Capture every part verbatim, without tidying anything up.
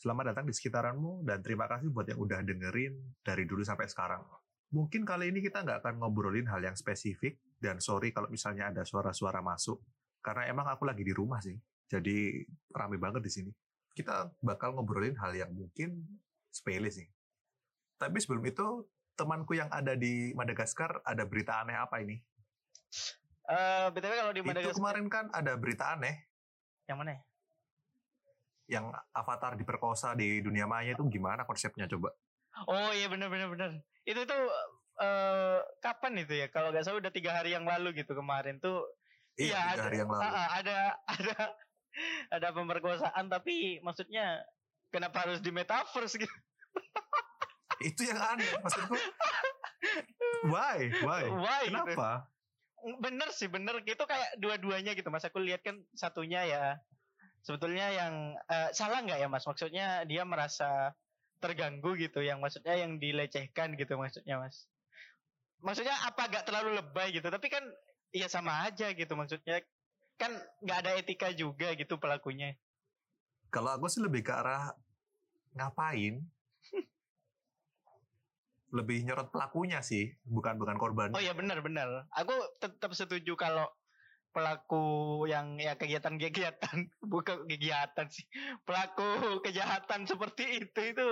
selamat datang di sekitaranmu dan terima kasih buat yang udah dengerin dari dulu sampai sekarang. Mungkin kali ini kita nggak akan ngobrolin hal yang spesifik, dan sorry kalau misalnya ada suara-suara masuk, karena emang aku lagi di rumah sih, jadi rame banget di sini. Kita bakal ngobrolin hal yang mungkin sepele sih. Tapi sebelum itu, temanku yang ada di Madagaskar ada berita aneh apa ini? Uh, B T W kalau di Madagaskar... Itu kemarin kan ada berita aneh. Yang mana ya? Yang avatar diperkosa di dunia maya itu gimana konsepnya coba? Oh iya benar benar benar. Itu tuh uh, kapan itu ya? Kalau nggak salah udah tiga hari yang lalu gitu kemarin tuh. Iya, iya tiga ada, hari yang lalu. Uh, ada ada ada pemerkosaan, tapi maksudnya kenapa harus di metaverse gitu? Itu yang aneh maksudku. Why? Why? Why Kenapa? Gitu? Bener sih bener. Gitu kayak dua-duanya gitu. Mas aku lihat kan satunya ya. Sebetulnya yang uh, salah nggak ya Mas? Maksudnya dia merasa terganggu gitu, yang maksudnya yang dilecehkan gitu maksudnya Mas. Maksudnya apa gak terlalu lebay gitu, tapi kan ya sama aja gitu maksudnya. Kan gak ada etika juga gitu pelakunya. Kalau aku sih lebih ke arah ngapain? Lebih nyorot pelakunya sih, bukan bukan korban. Oh ya benar-benar. Aku tetap setuju kalau pelaku yang ya kegiatan-kegiatan, bukan kegiatan sih, pelaku kejahatan seperti itu itu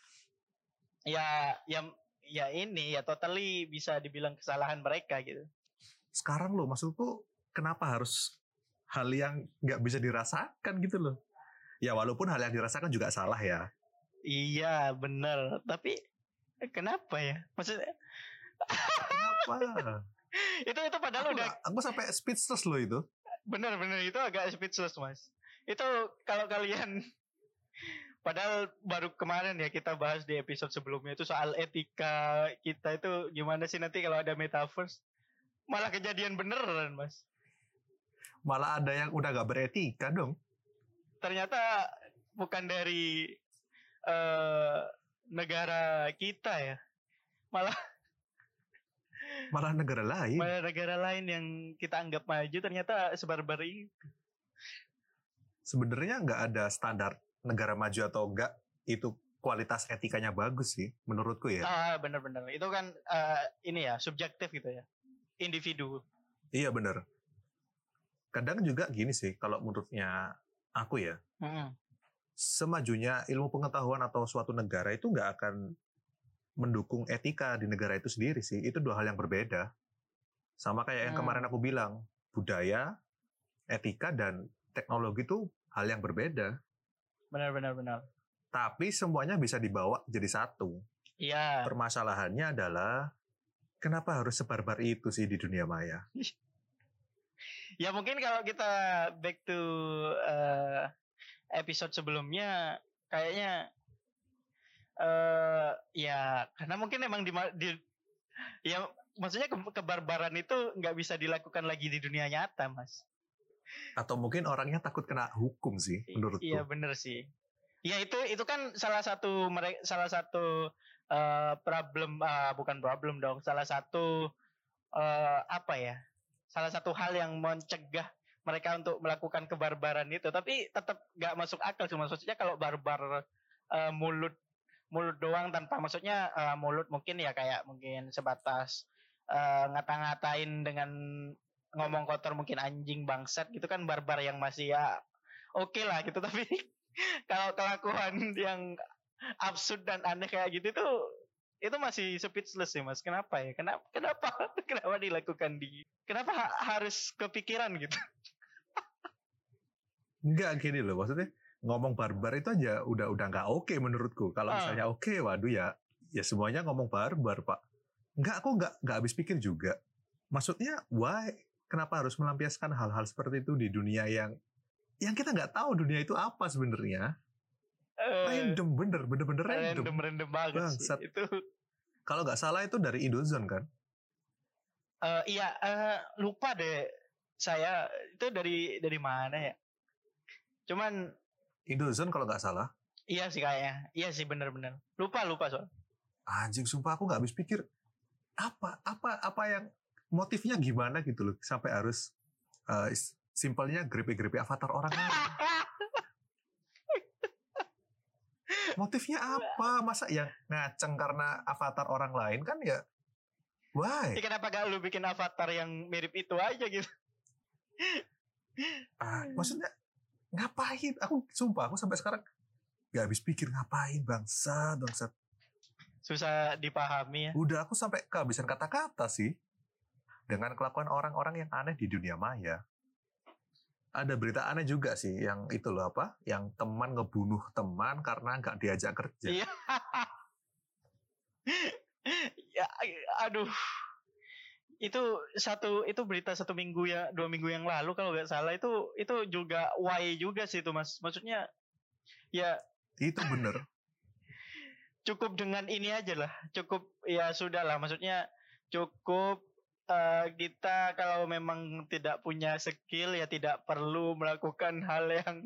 ya ya ya ini ya totally bisa dibilang kesalahan mereka gitu. Sekarang loh maksudku kenapa harus hal yang nggak bisa dirasakan gitu loh? Ya walaupun hal yang dirasakan juga salah ya. Iya benar, tapi kenapa ya? Maksudnya kenapa? itu itu padahal aku udah gak, aku sampai speechless loh itu. Bener-bener itu agak speechless Mas. Itu kalau kalian padahal baru kemarin ya kita bahas di episode sebelumnya itu soal etika kita itu gimana sih nanti kalau ada metaverse. Malah kejadian beneran Mas. Malah ada yang udah gak beretika dong. Ternyata bukan dari uh, negara kita ya. Malah malah negara lain. Malah negara lain yang kita anggap maju ternyata sebarbar itu. Sebenarnya nggak ada standar negara maju atau enggak itu kualitas etikanya bagus sih menurutku ya. Ah benar-benar itu kan uh, ini ya subjektif gitu ya, individu. Iya benar. Kadang juga gini sih kalau menurutnya aku ya. Mm-hmm. Semajunya ilmu pengetahuan atau suatu negara itu nggak akan mendukung etika di negara itu sendiri sih. Itu dua hal yang berbeda. Sama kayak yang hmm. kemarin aku bilang, budaya, etika, dan teknologi itu hal yang berbeda. Benar-benar benar. Tapi semuanya bisa dibawa jadi satu. Iya. Permasalahannya adalah kenapa harus sebarbar itu sih di dunia maya? Ya mungkin kalau kita back to uh, episode sebelumnya, kayaknya Uh, ya karena mungkin emang di, di ya maksudnya ke, kebarbaran itu nggak bisa dilakukan lagi di dunia nyata Mas. Atau mungkin orangnya takut kena hukum sih menurutku. Iya bener sih. Ya itu itu kan salah satu mereka salah satu uh, problem uh, bukan problem dong salah satu uh, apa ya salah satu hal yang mencegah mereka untuk melakukan kebarbaran itu, tapi tetap nggak masuk akal sih maksudnya kalau barbar uh, mulut mulut doang tanpa maksudnya uh, mulut mungkin ya kayak mungkin sebatas uh, ngata-ngatain dengan ngomong kotor mungkin anjing bangsat gitu kan barbar yang masih ya oke okay lah gitu, tapi kalau kelakuan yang absurd dan aneh kayak gitu tuh itu masih speechless sih Mas. Kenapa ya? Kenapa kenapa kenapa dilakukan di kenapa ha- harus kepikiran gitu? Enggak gini loh maksudnya. Ngomong barbar itu aja udah udah nggak oke okay menurutku. Kalau ah. misalnya oke, okay, waduh ya, ya semuanya ngomong barbar pak. Nggak, aku nggak nggak habis pikir juga. Maksudnya, why? Kenapa harus melampiaskan hal-hal seperti itu di dunia yang yang kita nggak tahu dunia itu apa sebenarnya? Uh, random bener, bener-bener random. Random, random banget Bangsat. sih. Itu. Kalau nggak salah itu dari Indozone kan? Uh, iya, uh, lupa deh. Saya itu dari dari mana ya? Cuman Indozone kalau nggak salah. Iya sih kayaknya. Iya sih benar-benar. Lupa lupa soal. Anjing sumpah aku nggak habis pikir apa apa apa yang motifnya gimana gitu loh sampai harus uh, simpelnya grepe-grepe avatar orang lain. Motifnya apa? Masa yang ngaceng karena avatar orang lain kan ya? Why? Ya, kenapa gak lu bikin avatar yang mirip itu aja gitu? Ah, maksudnya ngapain? Aku sumpah aku sampai sekarang gak habis pikir ngapain bangsat, bangsat. Susah dipahami ya. Udah aku sampai kehabisan kata-kata sih dengan kelakuan orang-orang yang aneh di dunia maya. Ada berita aneh juga sih yang itu loh apa? Yang teman ngebunuh teman karena nggak diajak kerja. Iya. Ya, aduh. Itu satu itu berita satu minggu ya dua minggu yang lalu kalau nggak salah itu itu juga why juga sih itu Mas. Maksudnya ya itu bener. Cukup dengan ini aja lah. Cukup ya sudah lah. Maksudnya cukup uh, kita kalau memang tidak punya skill ya tidak perlu melakukan hal yang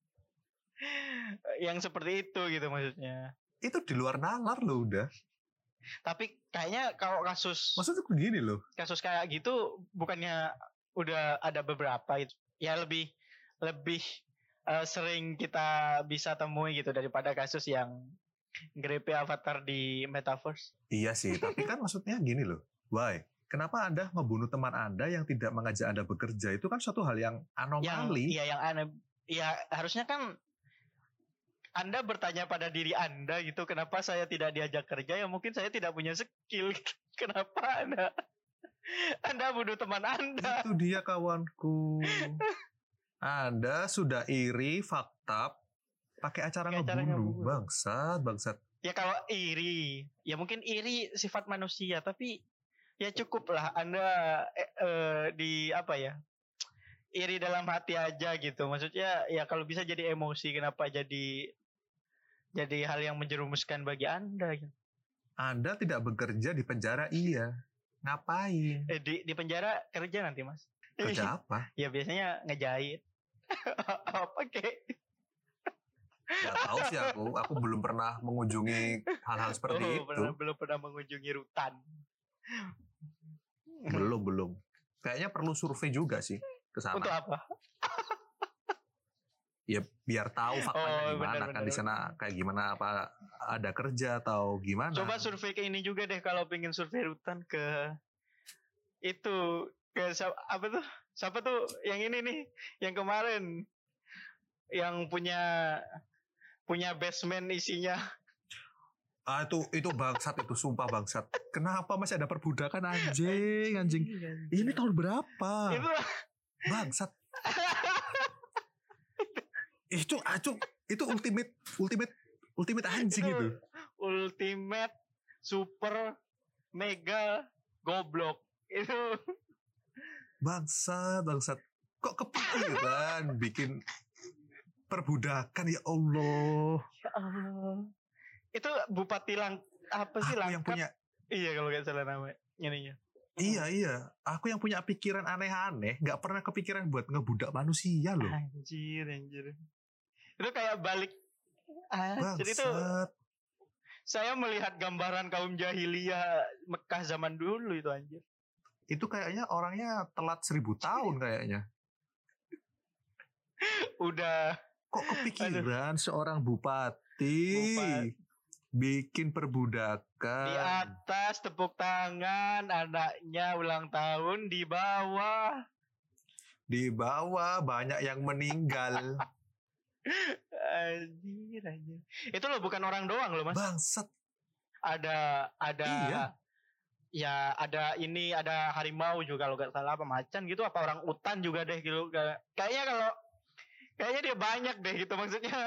yang seperti itu gitu maksudnya. Itu di luar nalar loh udah. Tapi kayaknya kalau kasus maksudnya begini loh. Kasus kayak gitu bukannya udah ada beberapa itu. Ya lebih lebih uh, sering kita bisa temui gitu daripada kasus yang grepe avatar di metaverse. Iya sih, tapi kan maksudnya gini loh. Why? Kenapa Anda membunuh teman Anda yang tidak mengajak Anda bekerja? Itu kan suatu hal yang anomali. Iya, yang aneh. Ya harusnya kan Anda bertanya pada diri Anda gitu, kenapa saya tidak diajak kerja? Ya mungkin saya tidak punya skill. Kenapa Anda Anda bunuh teman Anda? Itu dia kawanku. Anda sudah iri, fakta, pakai acara ngebunuh. Bangsat, bangsat. Ya kalau iri, ya mungkin iri sifat manusia, tapi ya cukuplah Anda eh, eh, di apa ya? Iri dalam hati aja gitu. Maksudnya ya kalau bisa jadi emosi, kenapa jadi jadi hal yang menjerumuskan bagi Anda gitu. Anda tidak bekerja di penjara, iya. Ngapain? Eh, di di penjara kerja nanti, Mas. Kerja apa? Ya biasanya ngejahit. Apa kek? Gak tahu sih aku, aku belum pernah mengunjungi hal-hal seperti oh, itu. Pernah, belum pernah mengunjungi rutan. Belum, belum. Kayaknya perlu survei juga sih ke sana. Untuk apa? Ya biar tahu faktanya oh, gimana bener, kan di sana kayak gimana, apa ada kerja atau gimana. Coba survei ke ini juga deh kalau pengen survei rutan ke itu ke apa tuh? Siapa tuh yang ini nih, yang kemarin yang punya punya basement isinya. Ah itu itu bangsat, itu sumpah bangsat. Kenapa masih ada perbudakan anjing, anjing. Ini tahun berapa? Itu bangsat. Itu acu itu ultimate ultimate ultimate anjing itu, itu. Ultimate super mega goblok. Itu bangsat, bangsat. Kok kepikiran bikin perbudakan, ya Allah. Ya Allah. Itu Bupati Lang apa sih Langkat? Yang punya iya kalau nggak salah namanya ininya. Iya iya, aku yang punya pikiran aneh-aneh, nggak pernah kepikiran buat ngebudak manusia loh. Anjir, anjir. Itu kayak balik. Ah, jadi itu saya melihat gambaran kaum jahiliyah Mekah zaman dulu itu anjir. Itu kayaknya orangnya telat seribu tahun kayaknya. Udah. Kok kepikiran Aduh. seorang bupati, bupati bikin perbudakan. Di atas tepuk tangan, anaknya ulang tahun, di bawah. Di bawah banyak yang meninggal. Anjir, anjir. Itu loh bukan orang doang loh, Mas. Bangsat. Ada ada iya. Ya ada ini, ada harimau juga kalau gak salah, apa macan gitu, apa orang utan juga deh gitu. Kayaknya kalau kayaknya dia banyak deh gitu maksudnya.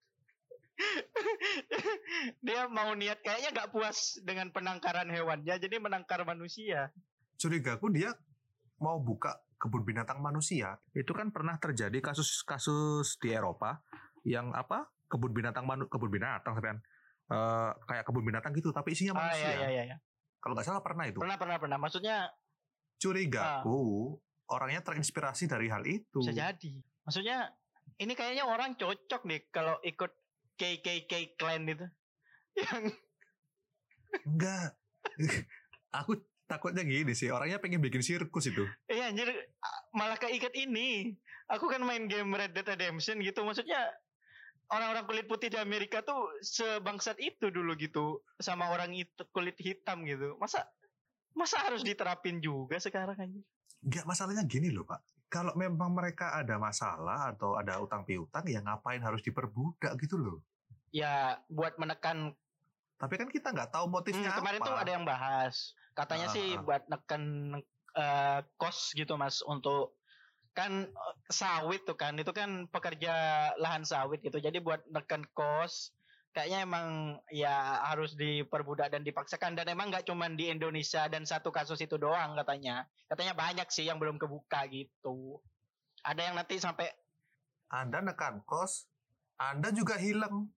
Dia mau niat kayaknya gak puas dengan penangkaran hewannya, jadi menangkar manusia. Curigaku dia mau buka kebun binatang manusia. Itu kan pernah terjadi kasus-kasus di Eropa yang apa kebun binatang manu kebun binatang kan uh, kayak kebun binatang gitu tapi isinya manusia. Ah, iya, iya, iya. Kalau nggak salah pernah itu. Pernah pernah pernah. Maksudnya curigaku ah. orangnya terinspirasi dari hal itu. Bisa jadi. Maksudnya ini kayaknya orang cocok nih kalau ikut K K K Clan itu. Yang enggak. Aku takutnya gini sih, orangnya pengen bikin sirkus itu. Iya anjir, malah keikat ini. Aku kan main game Red Dead Redemption gitu, maksudnya orang-orang kulit putih di Amerika tuh sebangsat itu dulu gitu sama orang itu kulit hitam gitu. Masa masa harus diterapin juga sekarang aja? Enggak, masalahnya gini loh Pak. Kalau memang mereka ada masalah atau ada utang piutang, ya ngapain harus diperbudak gitu loh. Ya buat menekan. Tapi kan kita nggak tahu motifnya hmm, kemarin apa. tuh ada yang bahas. Katanya Ah, sih ah. buat neken uh, kos gitu Mas, untuk kan uh, sawit tuh kan, itu kan pekerja lahan sawit gitu. Jadi buat neken kos kayaknya emang ya harus diperbudak dan dipaksakan, dan emang nggak cuma di Indonesia dan satu kasus itu doang katanya. Katanya banyak sih yang belum kebuka gitu. Ada yang nanti sampai Anda nekan kos, Anda juga hilang.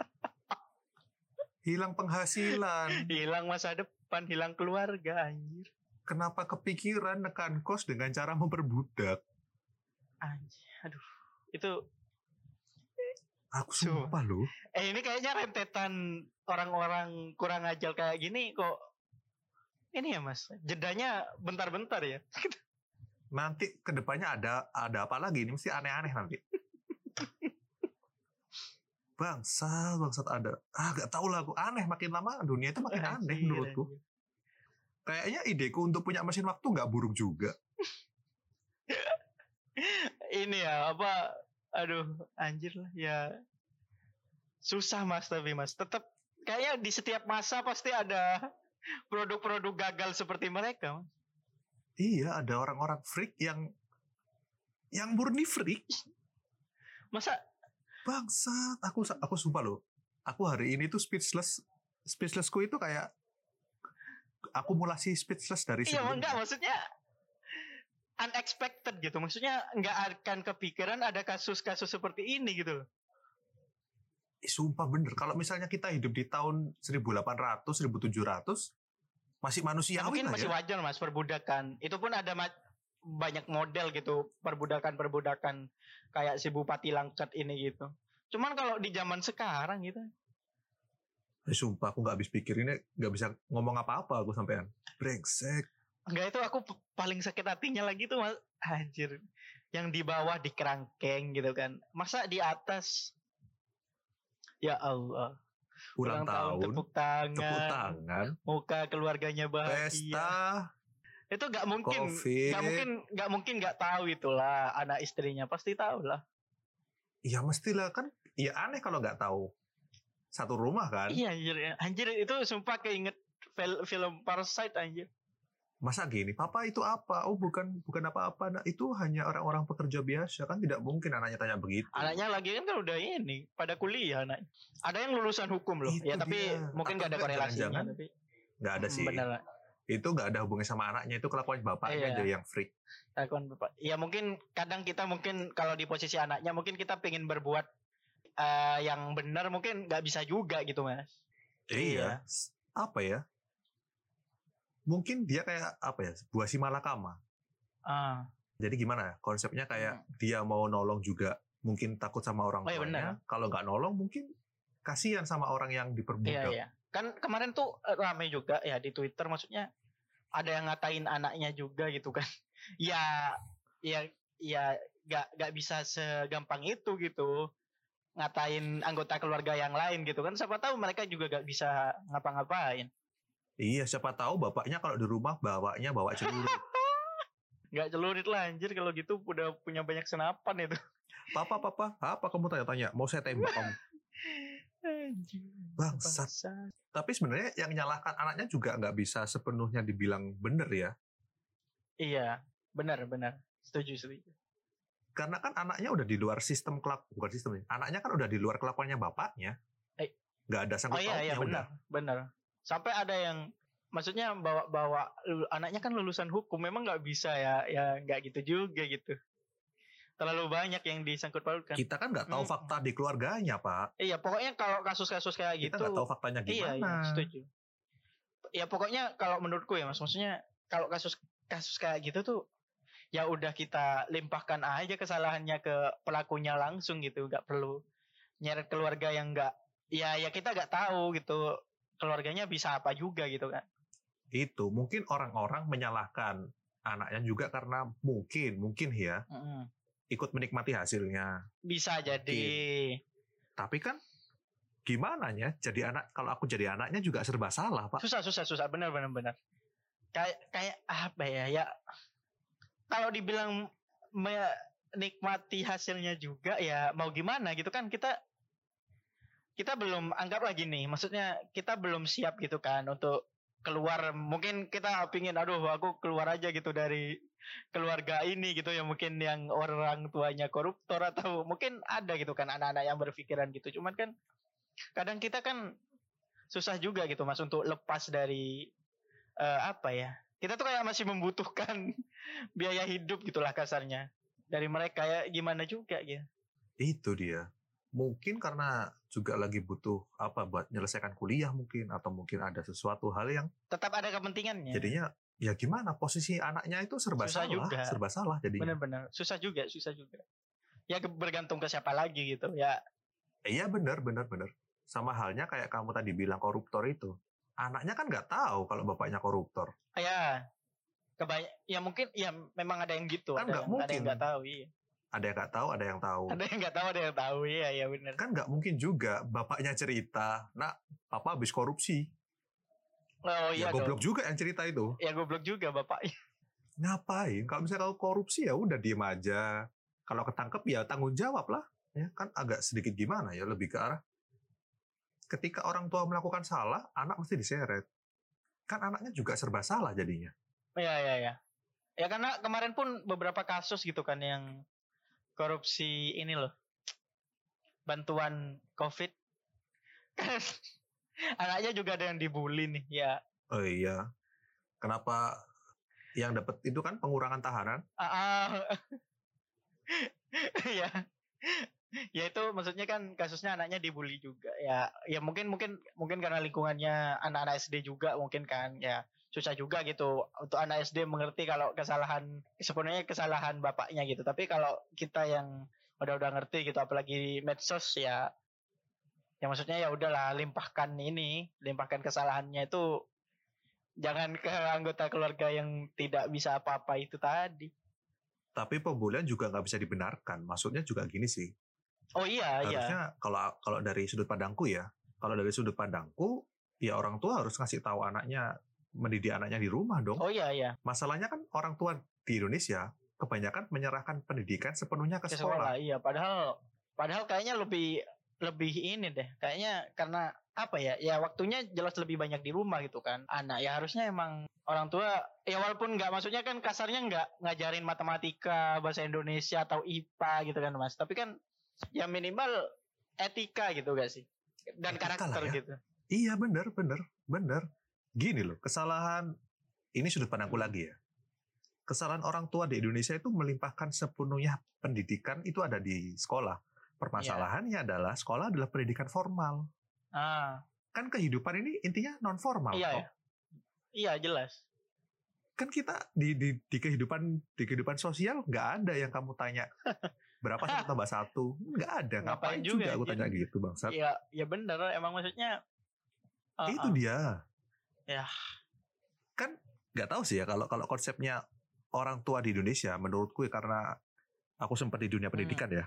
Hilang penghasilan. hilang masa depan, hilang keluarga anjir. Kenapa kepikiran nekan kos dengan cara memperbudak? Anjir, aduh. Itu Aku sumpah loh. Eh ini kayaknya rentetan orang-orang kurang ajar kayak gini kok. Ini ya Mas, jedanya bentar-bentar ya. Nanti kedepannya ada ada apa lagi? Ini mesti aneh-aneh nanti. Bangsat, bangsat ada. Ah, gak tau lah aku. Aneh, makin lama dunia itu makin aneh Anjir, menurutku. anjir. Kayaknya ideku untuk punya mesin waktu gak buruk juga. Ini ya apa? Aduh, anjir lah ya. Susah Mas, tapi Mas tetap kayaknya di setiap masa pasti ada produk-produk gagal seperti mereka, Mas. Iya, ada orang-orang freak yang yang murni freak. Masa Bangsat, aku aku sumpah loh. Aku hari ini tuh speechless. Speechlessku itu kayak akumulasi speechless dari iya sebelumnya. enggak, maksudnya unexpected gitu. Maksudnya enggak akan kepikiran ada kasus-kasus seperti ini gitu loh. Eh, sumpah bener. Kalau misalnya kita hidup di tahun seribu delapan ratus, seribu tujuh ratus, masih manusiawi Ya, mungkin lah masih ya. wajar Mas perbudakan. Itu pun ada ma- banyak model gitu, perbudakan-perbudakan kayak si Bupati Langkat ini gitu. Cuman kalau di zaman sekarang gitu, Eh, sumpah aku nggak habis pikir ini, nggak bisa ngomong apa-apa aku sampean. Brengsek. enggak, itu aku p- paling sakit hatinya lagi tuh Mas. Anjir. Yang di bawah di kerangkeng gitu kan. Masa di atas? Ya Allah. Ulang tahun, tepuk tangan, tepuk tangan, muka keluarganya bahagia. pesta, Itu nggak mungkin, COVID. nggak mungkin, nggak mungkin nggak tahu itulah anak istrinya, pasti tahu lah. ya mestilah kan. Ya aneh kalau nggak tahu. Satu rumah kan. Iya anjir, anjir itu sumpah keinget film, film Parasite anjir. Masa gini, papa itu apa? Oh bukan bukan apa-apa. Nah, itu hanya orang-orang pekerja biasa kan, tidak mungkin anaknya tanya begitu. Anaknya lagi kan kan udah ini pada kuliah anak. Ada yang lulusan hukum loh. Itu ya tapi dia. mungkin Atau nggak ada enggak korelasinya. jangan-jangan Tapi nggak ada Hmm, sih. benar. Itu nggak ada hubungannya sama anaknya, itu kelakuan bapaknya Iya. aja yang freak. Kelakuan bapak. Ya mungkin kadang kita mungkin kalau di posisi anaknya mungkin kita pengen berbuat eh, yang benar, mungkin nggak bisa juga gitu Mas. Iya. Apa ya? Mungkin dia kayak apa ya? Buah si malakama. Ah, Jadi gimana? Konsepnya kayak Hmm. dia mau nolong juga mungkin takut sama orang Oh, iya, tuanya. Kalau nggak nolong mungkin kasihan sama orang yang iya diperbudak. iya. Kan kemarin tuh eh, ramai juga ya di Twitter, maksudnya ada yang ngatain anaknya juga gitu kan. Ya ya ya nggak nggak bisa segampang itu gitu. Ngatain anggota keluarga yang lain gitu kan. Siapa tahu mereka juga nggak bisa ngapa-ngapain. Iya, siapa tahu bapaknya kalau di rumah bawanya bawa celurit. Nggak celurit lah anjir, kalau gitu udah punya banyak senapan itu. Papa, papa, apa kamu tanya-tanya? Mau saya tembak kamu? Anjir. Bangsat. Bangsat. Tapi sebenarnya yang nyalahkan anaknya juga nggak bisa sepenuhnya dibilang benar ya. Iya, benar benar. Setuju setuju. Karena kan anaknya udah di luar sistem kelak, bukan sistem ya. Anaknya kan udah di luar kelakuannya bapaknya. Eh. Nggak ada Oh sangkut iya iya pautnya benar, udah. benar. Sampai ada yang maksudnya bawa-bawa anaknya kan lulusan hukum, memang nggak bisa ya, ya nggak gitu juga gitu. Terlalu banyak yang disangkut pautkan. Kita kan nggak tahu Hmm. fakta di keluarganya, Pak. Iya, pokoknya kalau kasus-kasus kayak Kita gitu, nggak tahu faktanya iya, gimana. iya, setuju. Ya pokoknya kalau menurutku ya Mas, maksudnya kalau kasus kasus kayak gitu tuh ya udah kita limpahkan aja kesalahannya ke pelakunya langsung gitu, nggak perlu nyeret keluarga yang nggak, ya ya kita nggak tahu gitu keluarganya bisa apa juga gitu kan. Itu mungkin orang-orang menyalahkan anaknya juga karena mungkin, mungkin ya Mm-mm. ikut menikmati hasilnya. Bisa jadi. Tapi kan gimana ya? Jadi anak, kalau aku jadi anaknya juga serba salah, Pak. Susah, susah, susah. Benar, benar, benar. Kayak, kayak apa ya? Ya, kalau dibilang menikmati hasilnya juga, ya mau gimana gitu kan, kita kita belum, anggap lagi nih, maksudnya kita belum siap gitu kan untuk keluar. Mungkin kita pingin, aduh aku keluar aja gitu dari keluarga ini gitu ya, mungkin yang orang tuanya koruptor, atau mungkin ada gitu kan anak-anak yang berpikiran gitu. Cuman kan kadang kita kan susah juga gitu Mas untuk lepas dari uh, apa ya, kita tuh kayak masih membutuhkan biaya hidup gitulah kasarnya dari mereka, ya gimana juga ya. Itu dia. Mungkin karena juga lagi butuh apa buat menyelesaikan kuliah mungkin, atau mungkin ada sesuatu hal yang tetap ada kepentingannya. Jadinya ya gimana, posisi anaknya itu serba susah salah, juga. serba salah jadinya. Benar-benar susah juga, susah juga. Ya bergantung ke siapa lagi gitu ya. Iya benar, benar, benar. Sama halnya kayak kamu tadi bilang koruptor itu. Anaknya kan nggak tahu kalau bapaknya koruptor. Ya, kebanyak. Ya mungkin, ya memang ada yang gitu. Kan nggak mungkin. Ada yang nggak tahu. Iya. Ada yang nggak tahu, ada yang tahu. Ada yang nggak tahu, ada yang tahu. Iya, ya benar. Kan nggak mungkin juga bapaknya cerita, nak, papa habis korupsi. Oh iya. Ya goblok dong. Juga yang cerita itu. Ya goblok juga bapaknya. Ngapain? Kalau misalnya kalau korupsi ya udah diem aja. Kalau ketangkep ya tanggung jawab lah. Ya kan agak sedikit gimana ya, lebih ke arah ketika orang tua melakukan salah, anak mesti diseret. Kan anaknya juga serba salah jadinya. Iya, iya, iya. Ya karena kemarin pun beberapa kasus gitu kan yang korupsi ini loh. Bantuan COVID. Anaknya juga ada yang dibully nih, ya. Oh iya. Kenapa yang dapat itu kan pengurangan tahanan? Ah, ya. Ya itu maksudnya kan kasusnya anaknya dibully juga. Ya, ya mungkin mungkin mungkin karena lingkungannya anak-anak S D juga mungkin kan. Ya, susah juga gitu untuk anak S D mengerti kalau kesalahan sebenarnya kesalahan bapaknya gitu. Tapi kalau kita yang udah-udah ngerti gitu, apalagi medsos ya, ya maksudnya ya udahlah, limpahkan ini, limpahkan kesalahannya itu, jangan ke anggota keluarga yang tidak bisa apa-apa itu tadi. Tapi pembulian juga nggak bisa dibenarkan. Maksudnya juga gini sih. Oh iya, harusnya iya. kalau kalau dari sudut pandangku ya, kalau dari sudut pandangku, ya orang tua harus ngasih tahu anaknya, mendidik anaknya di rumah dong. Oh iya, iya. Masalahnya kan orang tua di Indonesia kebanyakan menyerahkan pendidikan sepenuhnya ke, ke sekolah. sekolah. Iya, padahal padahal kayaknya lebih lebih ini deh. Kayaknya karena apa ya? Ya waktunya jelas lebih banyak di rumah gitu kan. Anak ya harusnya emang orang tua ya walaupun nggak, maksudnya kan kasarnya nggak ngajarin matematika, bahasa Indonesia atau I P A gitu kan Mas. Tapi kan ya minimal etika gitu gak sih? Dan etika karakter ya. Gitu. Iya benar, benar, benar. Gini loh, kesalahan ini sudut pandangku lagi ya. Kesalahan orang tua di Indonesia itu melimpahkan sepenuhnya pendidikan itu ada di sekolah. Permasalahannya yeah. adalah sekolah adalah pendidikan formal. Ah. Kan kehidupan ini intinya non formal. Iya, ya. Iya jelas. Kan kita di di di kehidupan di kehidupan sosial nggak ada yang kamu tanya berapa satu tambah satu, nggak ada. Ngapain, Ngapain juga, juga aku tanya gitu, gitu bangsat. Iya, ya bener. Emang maksudnya uh, itu uh. dia. Ya. Kan nggak tahu sih ya kalau kalau konsepnya orang tua di Indonesia, menurutku ya, karena aku sempat di dunia pendidikan hmm. ya.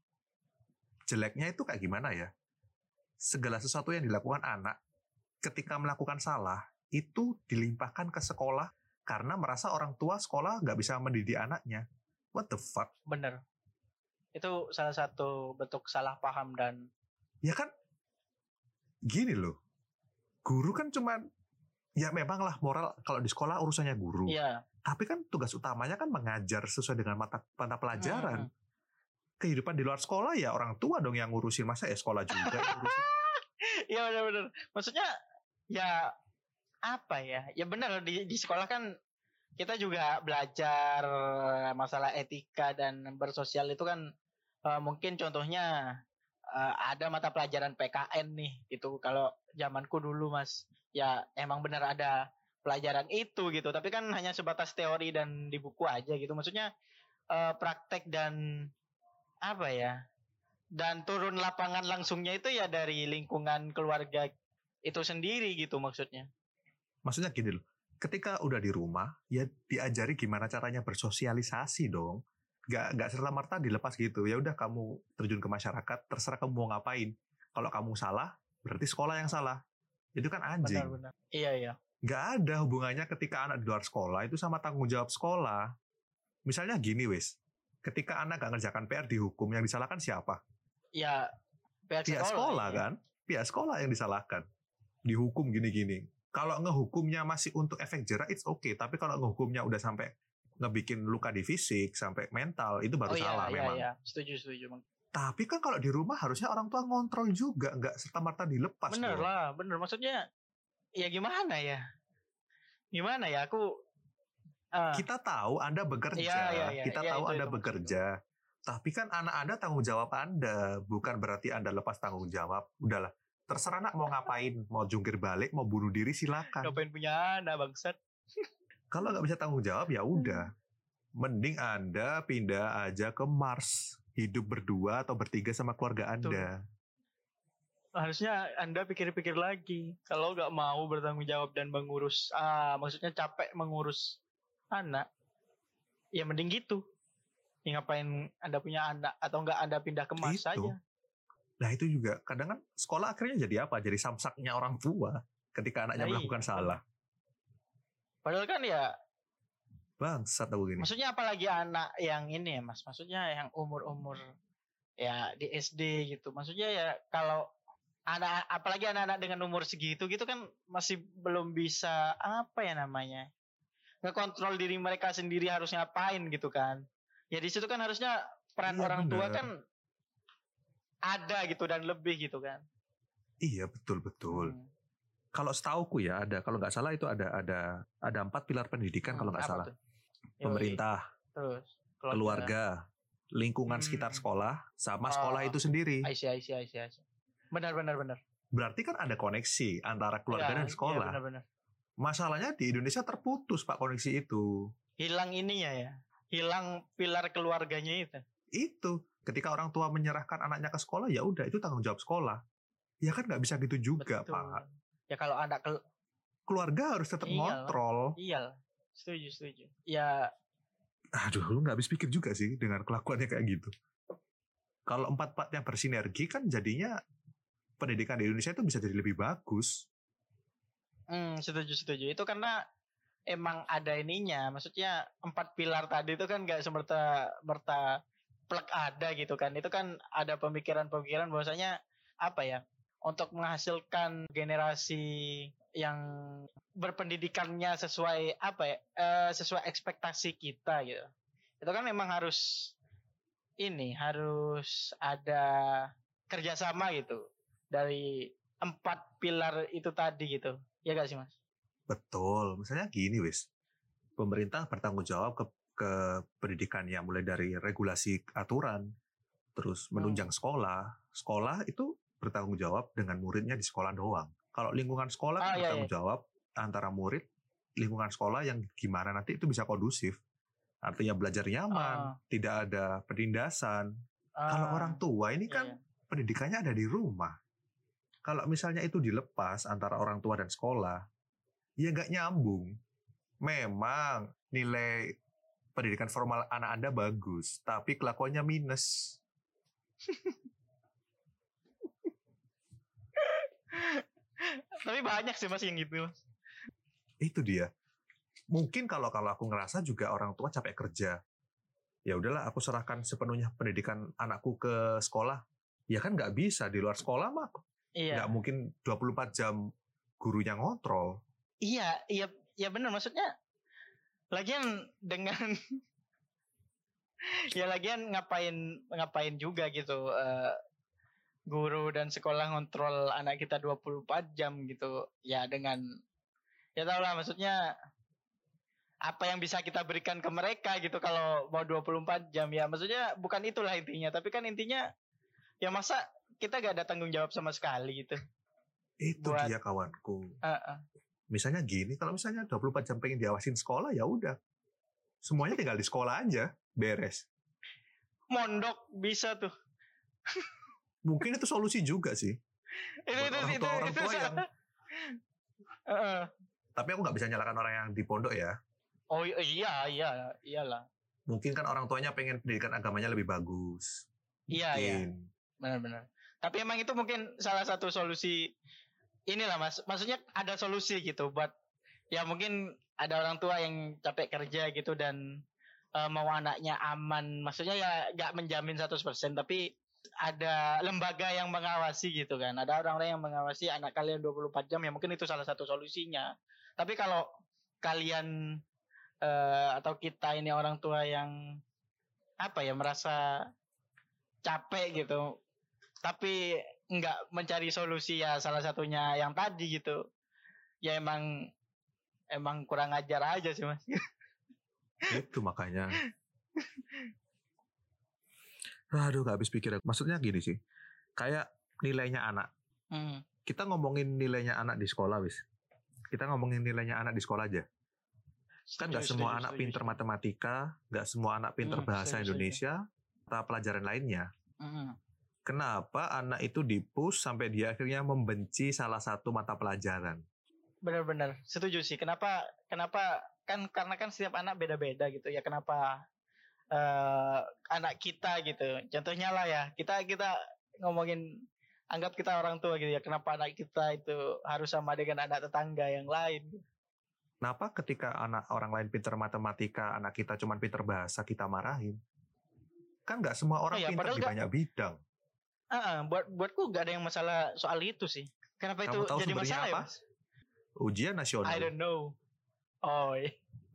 Jeleknya itu kayak gimana ya? Segala sesuatu yang dilakukan anak ketika melakukan salah itu dilimpahkan ke sekolah karena merasa orang tua sekolah nggak bisa mendidik anaknya. What the fuck? Bener. Itu salah satu bentuk salah paham dan ya kan gini loh, guru kan cuma ya memanglah moral kalau di sekolah urusannya guru. Iya. Tapi kan tugas utamanya kan mengajar sesuai dengan mata mata pelajaran. Hmm. Kehidupan di luar sekolah ya orang tua dong yang ngurusin, masa ya sekolah juga yang ngurusin. Iya benar-benar. Maksudnya ya apa ya? Ya benar di di sekolah kan kita juga belajar masalah etika dan bersosial itu kan uh, mungkin contohnya uh, ada mata pelajaran P K N nih gitu. Kalau zamanku dulu Mas, ya emang benar ada pelajaran itu gitu. Tapi kan hanya sebatas teori dan di buku aja gitu. Maksudnya uh, praktek dan apa ya? Dan turun lapangan langsungnya itu ya dari lingkungan keluarga itu sendiri gitu maksudnya. Maksudnya gini loh. Ketika udah di rumah, ya diajari gimana caranya bersosialisasi dong. nggak nggak serta merta dilepas gitu. Ya udah kamu terjun ke masyarakat, terserah kamu mau ngapain. Kalau kamu salah, berarti sekolah yang salah. Itu kan anjing. Benar-benar. Iya iya. Nggak ada hubungannya ketika anak di luar sekolah itu sama tanggung jawab sekolah. Misalnya gini wis, ketika anak nggak ngerjakan P R dihukum, yang disalahkan siapa? Ya pihak Pihak sekolah, sekolah iya. kan? Pihak sekolah yang disalahkan. Dihukum gini-gini. Kalau ngehukumnya masih untuk efek jerak, it's okay. Tapi kalau ngehukumnya udah sampai ngebikin luka di fisik, sampai mental, itu baru Oh iya salah iya memang. iya. Setuju setuju Bang. Tapi kan kalau di rumah harusnya orang tua ngontrol juga, nggak serta-merta dilepas. Bener dong. lah, bener. Maksudnya ya gimana ya? Gimana ya aku uh, Kita tahu Anda bekerja, Iya, iya, iya. kita Iya, tahu itu- Anda itu bekerja. Tapi kan anak Anda tanggung jawab Anda, bukan berarti Anda lepas tanggung jawab. Udahlah, terserah anak mau ngapain, mau jungkir balik, mau bunuh diri silakan. ngapain punya anak bangsat. Kalau nggak bisa tanggung jawab ya udah, mending Anda pindah aja ke Mars, hidup berdua atau bertiga sama keluarga Anda. Harusnya Anda pikir-pikir lagi. Kalau nggak mau bertanggung jawab dan mengurus, ah, maksudnya capek mengurus anak, ya mending gitu. Ya ngapain Anda punya anak atau nggak Anda pindah ke Mars Itu. saja. Nah itu juga kadang kan sekolah akhirnya jadi apa? Jadi samsaknya orang tua ketika anaknya Nah, melakukan iya. salah. Padahal kan ya, Bangsat tahu gini. maksudnya apalagi anak yang ini ya Mas, maksudnya yang umur-umur ya di S D gitu. Maksudnya ya kalau anak, apalagi anak-anak dengan umur segitu gitu kan masih belum bisa apa ya namanya, ngekontrol diri mereka sendiri harus ngapain gitu kan. Ya di situ kan harusnya peran Iya, orang tua bener. kan ada gitu dan lebih gitu kan. Iya betul betul. Hmm. Kalau setauku ya ada, kalau nggak salah itu ada ada ada empat pilar pendidikan kalau nggak Apa salah. tuh? Yoi. Pemerintah, Terus keluarga, lingkungan Hmm. sekitar sekolah, sama Oh. sekolah itu sendiri. I see, I see, I see, I see. Benar benar benar. Berarti kan ada koneksi antara keluarga Iya, dan sekolah. Iya, benar benar. Masalahnya di Indonesia terputus Pak koneksi itu. Hilang ininya ya. Hilang pilar keluarganya itu. Itu ketika orang tua menyerahkan anaknya ke sekolah ya udah itu tanggung jawab sekolah. Ya kan nggak bisa gitu juga Betul. Pak. Ya kalau anak ke Keluarga harus tetap Iyalah. ngontrol. iya lah. Setuju, setuju. Ya Aduh, lu nggak habis pikir juga sih dengan kelakuannya kayak gitu. Kalau empat-empat yang bersinergi kan jadinya pendidikan di Indonesia itu bisa jadi lebih bagus. hmm, setuju, setuju. Itu karena emang ada ininya. Maksudnya empat pilar tadi itu kan gak semerta merta plek ada gitu kan. Itu kan ada pemikiran-pemikiran bahwasanya apa ya, untuk menghasilkan generasi yang berpendidikannya sesuai apa ya, eh, sesuai ekspektasi kita gitu. Itu kan memang harus ini, harus ada kerjasama gitu dari empat pilar itu tadi gitu. Ya gak sih Mas? Betul. Misalnya gini wis. Pemerintah bertanggung jawab ke ke pendidikannya mulai dari regulasi aturan, terus menunjang sekolah. Sekolah itu bertanggung jawab dengan muridnya di sekolah doang. Kalau lingkungan sekolah Ah, kan iya, bertanggung jawab antara murid, lingkungan sekolah yang gimana nanti itu bisa kondusif. Artinya belajar nyaman, Ah. tidak ada penindasan. Kalau Ah, orang tua ini iya, kan iya. pendidikannya ada di rumah. Kalau misalnya itu dilepas antara orang tua dan sekolah, ya nggak nyambung. Memang nilai pendidikan formal anak Anda bagus, tapi kelakuannya minus. Tapi banyak sih Mas yang gitu. Itu dia. Mungkin kalau kalau aku ngerasa juga orang tua capek kerja. Ya udahlah, aku serahkan sepenuhnya pendidikan anakku ke sekolah. Ya kan nggak bisa di luar sekolah mah. Iya. Nggak mungkin dua puluh empat jam gurunya ngontrol. Iya, iya, iya benar, maksudnya lagian dengan ya lagian ngapain ngapain juga gitu, eh, guru dan sekolah ngontrol anak kita dua puluh empat jam gitu. Ya dengan ya tau lah, maksudnya apa yang bisa kita berikan ke mereka gitu kalau mau dua puluh empat jam, ya maksudnya bukan itulah intinya, tapi kan intinya ya masa kita gak ada tanggung jawab sama sekali gitu. Itu Buat- dia kawanku. Uh-uh. Misalnya gini, kalau misalnya dua puluh empat jam pengen diawasin sekolah, ya udah. Semuanya tinggal di sekolah aja, beres. Mondok bisa tuh. Mungkin itu solusi juga sih. Itu Buat itu orang itu tua-orang itu tua yang... Heeh. Tapi aku nggak bisa nyalakan orang yang di pondok ya. Oh iya iya iyalah. Mungkin kan orang tuanya pengen pendidikan agamanya lebih bagus. Iya, iya. Mungkin. Benar-benar. Tapi emang itu mungkin salah satu solusi inilah Mas. Maksudnya ada solusi gitu buat ya mungkin ada orang tua yang capek kerja gitu dan uh, mau anaknya aman. Maksudnya ya nggak menjamin seratus persen tapi ada lembaga yang mengawasi gitu kan. Ada orang-orang yang mengawasi anak kalian dua puluh empat jam ya mungkin itu salah satu solusinya. Tapi kalau kalian uh, atau kita ini orang tua yang apa ya merasa capek gitu tapi nggak mencari solusi ya salah satunya yang tadi gitu ya emang emang kurang ajar aja sih Mas. Itu makanya aduh gak habis pikir. Maksudnya gini sih, kayak nilainya anak hmm. kita ngomongin nilainya anak di sekolah wis kita ngomongin nilainya anak di sekolah aja. Kan nggak semua setuju, anak setuju, pinter setuju. matematika, nggak semua anak pinter hmm, bahasa setuju, Indonesia setuju. atau pelajaran lainnya. Hmm. Kenapa anak itu dipush sampai dia akhirnya membenci salah satu mata pelajaran? Benar-benar setuju sih. Kenapa? Kenapa? Kan karena kan setiap anak beda-beda gitu ya. Kenapa uh, anak kita gitu? Contohnya lah ya kita kita ngomongin anggap kita orang tua gitu ya. Kenapa anak kita itu harus sama dengan anak tetangga yang lain? Kenapa ketika anak orang lain pinter matematika, anak kita cuma pinter bahasa kita marahin? Kan nggak semua orang oh ya, pinter di gak, banyak bidang. Uh, buat buatku gak ada yang masalah soal itu sih. Kenapa Kamu itu jadi masalah apa? Ya, Mas? Ujian nasional. I don't know. Oh. Iya.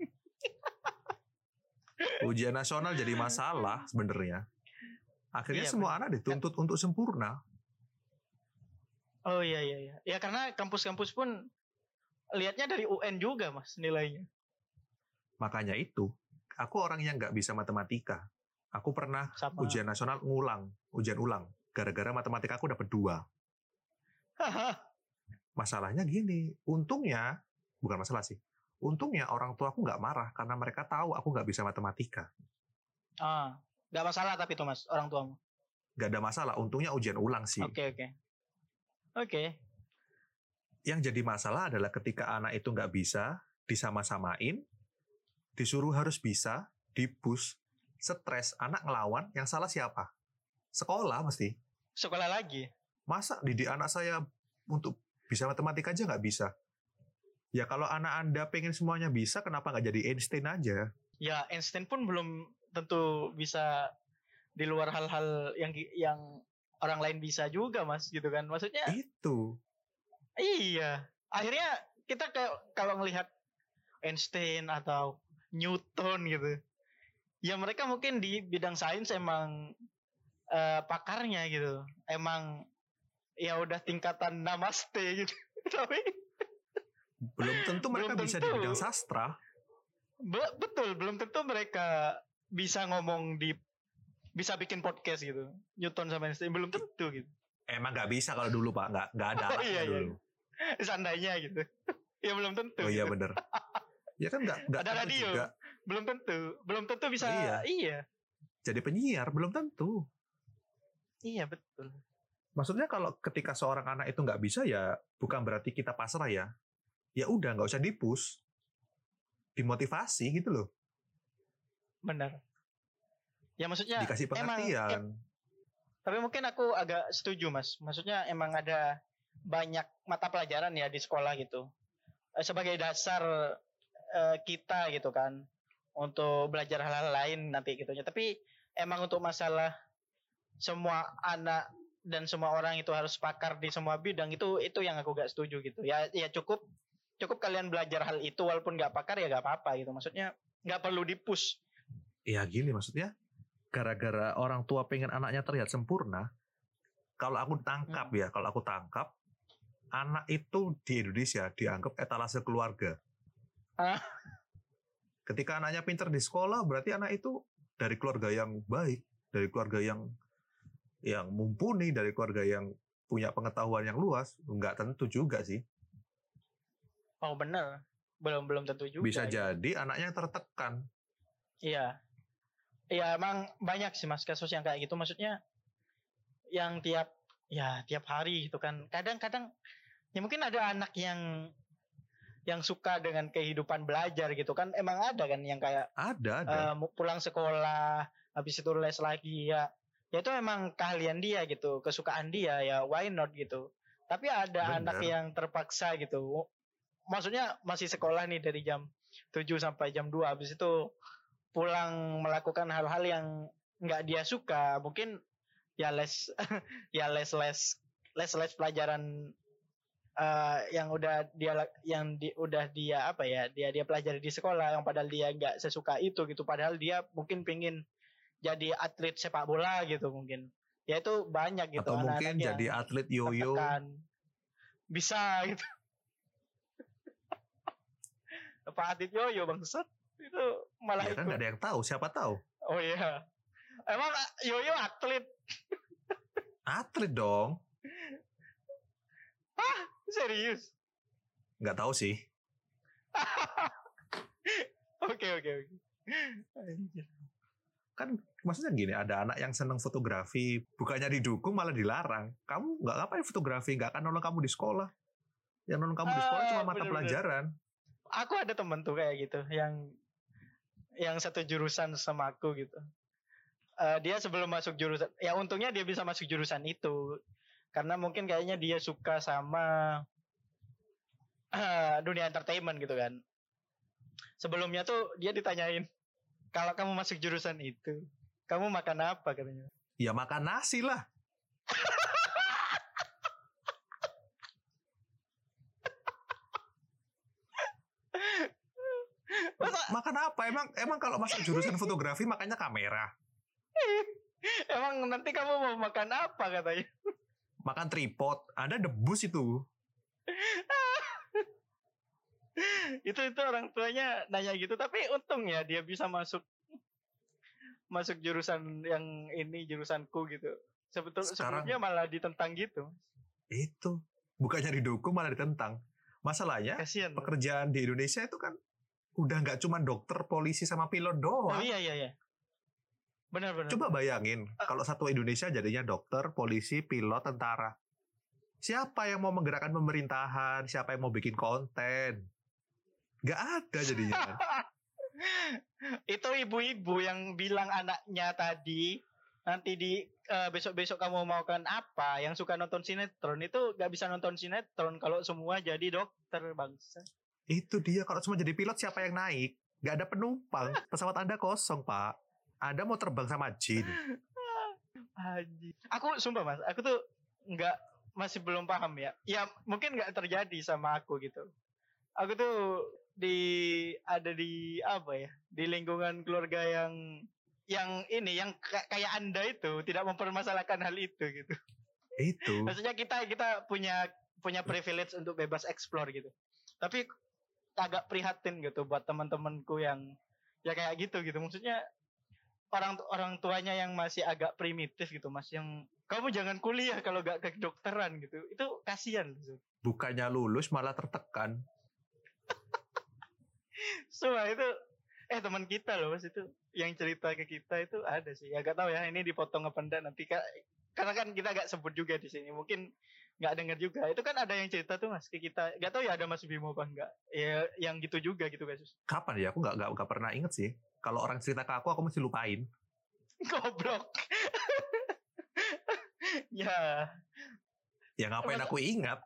Ujian nasional jadi masalah sebenarnya. Akhirnya iya, semua bener. anak dituntut ya. untuk sempurna. Oh iya iya iya. Ya karena kampus-kampus pun lihatnya dari U N juga Mas nilainya. Makanya itu, aku orang yang nggak bisa matematika. Aku pernah Sama. ujian nasional ngulang, ujian ulang. Gara-gara matematika aku dapat dua. Masalahnya gini, untungnya, bukan masalah sih, untungnya orang tua aku nggak marah karena mereka tahu aku nggak bisa matematika. Ah, nggak masalah tapi itu Mas, orang tuamu? Nggak ada masalah, untungnya ujian ulang sih. Oke, okay, oke. Okay. Oke. Okay. Yang jadi masalah adalah ketika anak itu nggak bisa, disama-samain, disuruh harus bisa, dipush, stres, anak ngelawan, yang salah siapa? Sekolah mesti. Sekolah lagi? Masa didik anak saya untuk bisa matematika aja nggak bisa? Ya kalau anak Anda pengen semuanya bisa, kenapa nggak jadi Einstein aja? Ya Einstein pun belum tentu bisa di luar hal-hal yang yang orang lain bisa juga Mas, gitu kan? Maksudnya? Itu. Iya. Akhirnya kita kayak kalau ngelihat Einstein atau Newton gitu, ya mereka mungkin di bidang sains emang uh, pakarnya gitu, emang ya udah tingkatan namaste gitu. Tapi belum tentu mereka belum bisa tentu. di bidang sastra. Be- betul, belum tentu mereka bisa ngomong di, bisa bikin podcast gitu. Newton sama Einstein belum tentu gitu. Emang nggak bisa kalau dulu Pak, nggak nggak ada alatnya iya, dulu. Iya. Seandainya gitu, ya belum tentu. Oh iya gitu. bener. Ya kan nggak nggak ada radio. Juga. Belum tentu, belum tentu bisa. Oh, iya. iya. Jadi penyiar belum tentu. Iya betul. Maksudnya kalau ketika seorang anak itu nggak bisa ya bukan berarti kita pasrah ya. Ya udah nggak usah dipush, dimotivasi gitu loh. Benar. Ya maksudnya dikasih pengertian. Emang, em, tapi mungkin aku agak setuju Mas. Maksudnya emang ada banyak mata pelajaran ya di sekolah gitu. Sebagai dasar uh, kita gitu kan. Untuk belajar hal-hal lain nanti gitunya. Tapi emang untuk masalah semua anak dan semua orang itu harus pakar di semua bidang itu itu yang aku gak setuju gitu. Ya ya cukup cukup kalian belajar hal itu walaupun gak pakar ya gak apa-apa gitu. Maksudnya gak perlu dipush. Ya gini maksudnya. Gara-gara orang tua pengen anaknya terlihat sempurna. Kalau aku tangkap hmm. ya, kalau aku tangkap anak itu di Indonesia dianggap etalase keluarga. Ah. Ketika anaknya pintar di sekolah, berarti anak itu dari keluarga yang baik, dari keluarga yang yang mumpuni, dari keluarga yang punya pengetahuan yang luas. Enggak tentu juga sih. Oh benar, belum belum tentu juga. Bisa ya. jadi anaknya tertekan. Iya, iya emang banyak sih Mas kasus yang kayak gitu. Maksudnya yang tiap ya tiap hari gitu kan. Kadang-kadang ya mungkin ada anak yang yang suka dengan kehidupan belajar gitu kan, emang ada kan yang kayak Ada, ada. uh, pulang sekolah habis itu les lagi ya. Ya itu emang keahlian dia gitu, kesukaan dia ya, why not gitu. Tapi ada Bener. anak yang terpaksa gitu. Maksudnya masih sekolah nih dari jam tujuh sampai jam dua, habis itu pulang melakukan hal-hal yang nggak dia suka, mungkin ya les ya les les les les pelajaran uh, yang udah dia yang di, udah dia apa ya dia dia pelajari di sekolah, yang padahal dia nggak sesuka itu gitu, padahal dia mungkin pingin jadi atlet sepak bola gitu mungkin, ya itu banyak gitu. Atau anak-anak mungkin yang jadi atlet yoyo tertekan. Bisa gitu. Apa atlet yoyo bangsat itu malah ya kan ikut. nggak ada yang tahu, siapa tahu. Oh iya, emang yoyo atlet? Atlet dong. Hah? Serius? Nggak tahu sih. Oke oke oke. Kan maksudnya gini, ada anak yang seneng fotografi, bukannya didukung malah dilarang. Kamu nggak ngapain fotografi, nggak akan nolong kamu di sekolah. Yang nolong kamu di sekolah Ah, cuma mata bener-bener. pelajaran. Aku ada temen tuh kayak gitu, yang yang satu jurusan sama aku gitu. Uh, dia sebelum masuk jurusan, ya untungnya dia bisa masuk jurusan itu, karena mungkin kayaknya dia suka sama uh, dunia entertainment gitu kan. Sebelumnya tuh dia ditanyain, kalau kamu masuk jurusan itu, kamu makan apa katanya? Ya makan nasi lah. Masa, Makan apa? Emang emang kalau masuk jurusan fotografi makanya kamera. emang nanti kamu mau makan apa katanya? Makan tripod. Anda debus itu. itu itu orang tuanya nanya gitu, tapi untung ya dia bisa masuk masuk jurusan yang ini, jurusanku gitu. Sebetul Sekarang- sebelumnya malah ditentang gitu. Itu. Bukannya didukung malah ditentang. Masalahnya Kasian. pekerjaan di Indonesia itu kan udah nggak cuma dokter, polisi, sama pilot Oh doang. iya iya iya. Benar benar. Coba bayangin, kalau satu Indonesia jadinya dokter, polisi, pilot, tentara. Siapa yang mau menggerakkan pemerintahan? Siapa yang mau bikin konten? Nggak ada jadinya kan. Itu ibu-ibu yang bilang anaknya tadi, nanti di eh, besok-besok kamu mau makan apa, yang suka nonton sinetron itu gak bisa nonton sinetron kalau semua jadi dokter, bangsa. Itu dia, kalau cuma jadi pilot siapa yang naik? Nggak ada penumpang. Pesawat Anda kosong, Pak. Anda mau terbang sama jin. Haji. Aku sumpah mas, aku tuh nggak, masih belum paham ya. Ya mungkin nggak terjadi sama aku gitu. Aku tuh di ada di apa ya? Di lingkungan keluarga yang yang ini, yang k- kayak Anda itu tidak mempermasalahkan hal itu gitu. Itu. Maksudnya kita kita punya punya privilege untuk bebas explore gitu. Tapi agak prihatin gitu buat teman-temanku yang ya kayak gitu gitu. Maksudnya orang orang tuanya yang masih agak primitif gitu mas, yang kamu jangan kuliah kalau gak ke kedokteran gitu, itu kasihan. Bukannya lulus malah tertekan. So itu eh teman kita loh mas, itu yang cerita ke kita itu ada sih, ya gak tahu ya ini dipotong apa enggak nanti, karena kan kita gak sebut juga di sini, mungkin nggak dengar juga. Itu kan ada yang cerita tuh mas ke kita, gak tahu ya ada mas Bimo apa enggak ya, yang gitu juga gitu guys. Kapan ya? Aku nggak nggak nggak pernah inget sih. Kalau orang cerita ke aku, aku mesti lupain. Goblok. Ya. Ya ngapain aku ingat?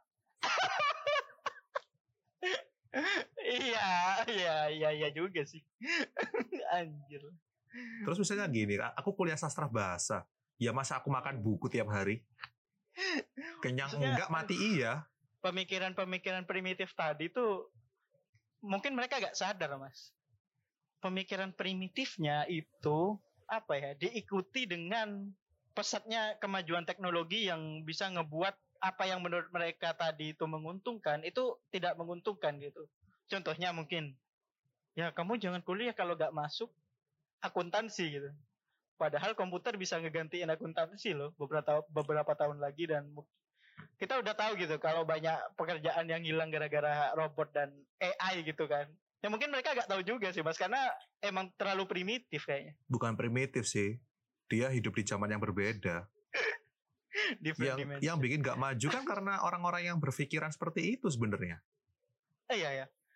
Iya, iya, iya, iya juga sih. Anjir. Terus misalnya gini, aku kuliah sastra bahasa. Ya masa aku makan buku tiap hari? Kenyang Maksudnya, enggak, mati iya. Pemikiran-pemikiran primitif tadi tuh mungkin mereka gak sadar mas. Pemikiran primitifnya itu apa ya, diikuti dengan pesatnya kemajuan teknologi yang bisa ngebuat apa yang menurut mereka tadi itu menguntungkan itu tidak menguntungkan gitu. Contohnya mungkin ya kamu jangan kuliah kalau gak masuk akuntansi gitu. Padahal komputer bisa ngegantiin akuntansi loh beberapa beberapa tahun lagi, dan kita udah tahu gitu kalau banyak pekerjaan yang hilang gara-gara robot dan A I gitu kan. Ya mungkin mereka gak tahu juga sih mas, karena emang terlalu primitif kayaknya. Bukan primitif sih. Dia hidup di zaman yang berbeda. yang yang bikin gak maju kan karena orang-orang yang berpikiran seperti itu sebenarnya. Eh, iya ya.